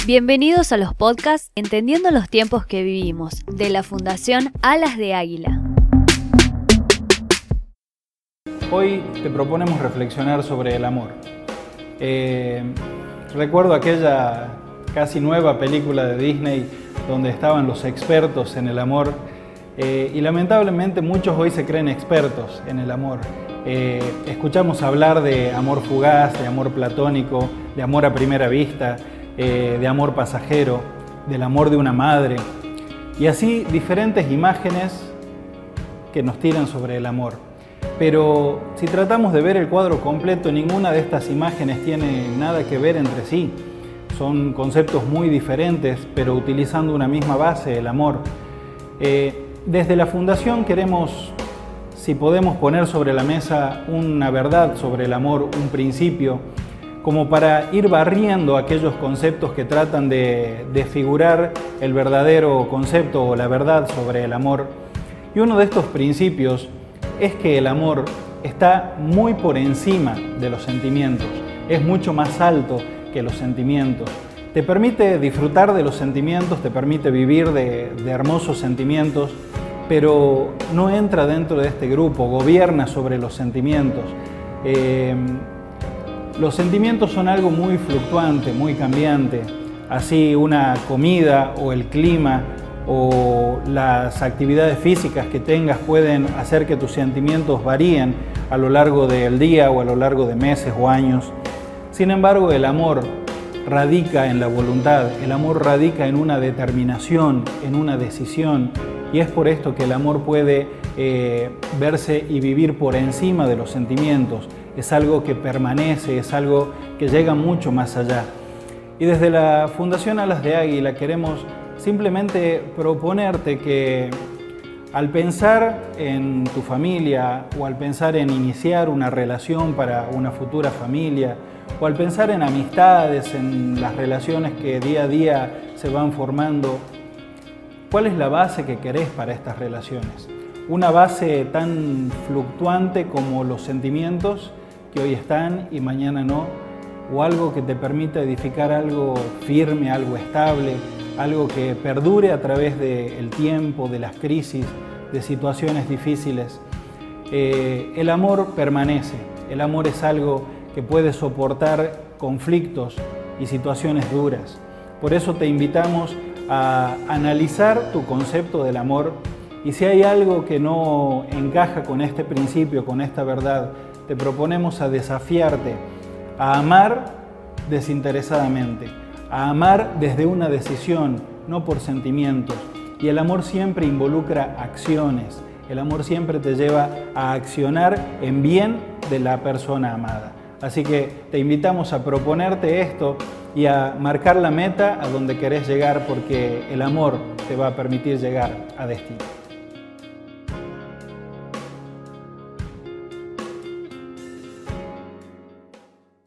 Bienvenidos a los podcasts Entendiendo los tiempos que vivimos, de la Fundación Alas de Águila. Hoy te proponemos reflexionar sobre el amor. Recuerdo aquella casi nueva película de Disney donde estaban los expertos en el amor y lamentablemente muchos hoy se creen expertos en el amor. Escuchamos hablar de amor fugaz, de amor platónico, de amor a primera vista, de amor pasajero, del amor de una madre y así diferentes imágenes que nos tiran sobre el amor. Pero si tratamos de ver el cuadro completo, ninguna de estas imágenes tiene nada que ver entre sí. Son conceptos muy diferentes, pero utilizando una misma base, el amor. Desde la Fundación queremos, si podemos poner sobre la mesa una verdad sobre el amor, un principio, como para ir barriendo aquellos conceptos que tratan de desfigurar el verdadero concepto o la verdad sobre el amor. Y uno de estos principios es que el amor está muy por encima de los sentimientos, es mucho más alto que los sentimientos. Te permite disfrutar de los sentimientos, te permite vivir de hermosos sentimientos, pero no entra dentro de este grupo, gobierna sobre los sentimientos. Los sentimientos son algo muy fluctuante, muy cambiante. Así una comida o el clima o las actividades físicas que tengas pueden hacer que tus sentimientos varíen a lo largo del día o a lo largo de meses o años. Sin embargo, el amor radica en la voluntad, el amor radica en una determinación, en una decisión, y es por esto que el amor puede verse y vivir por encima de los sentimientos. Es algo que permanece, es algo que llega mucho más allá. Y desde la Fundación Alas de Águila queremos simplemente proponerte que al pensar en tu familia o al pensar en iniciar una relación para una futura familia o al pensar en amistades, en las relaciones que día a día se van formando, ¿cuál es la base que querés para estas relaciones? Una base tan fluctuante como los sentimientos que hoy están y mañana no, o algo que te permita edificar algo firme, algo estable, algo que perdure a través del tiempo, de las crisis, de situaciones difíciles. El amor permanece, el amor es algo que puede soportar conflictos y situaciones duras. Por eso te invitamos a analizar tu concepto del amor y si hay algo que no encaja con este principio, con esta verdad, te proponemos a desafiarte a amar desinteresadamente, a amar desde una decisión, no por sentimientos. Y el amor siempre involucra acciones, el amor siempre te lleva a accionar en bien de la persona amada. Así que te invitamos a proponerte esto y a marcar la meta a donde querés llegar, porque el amor te va a permitir llegar a destino.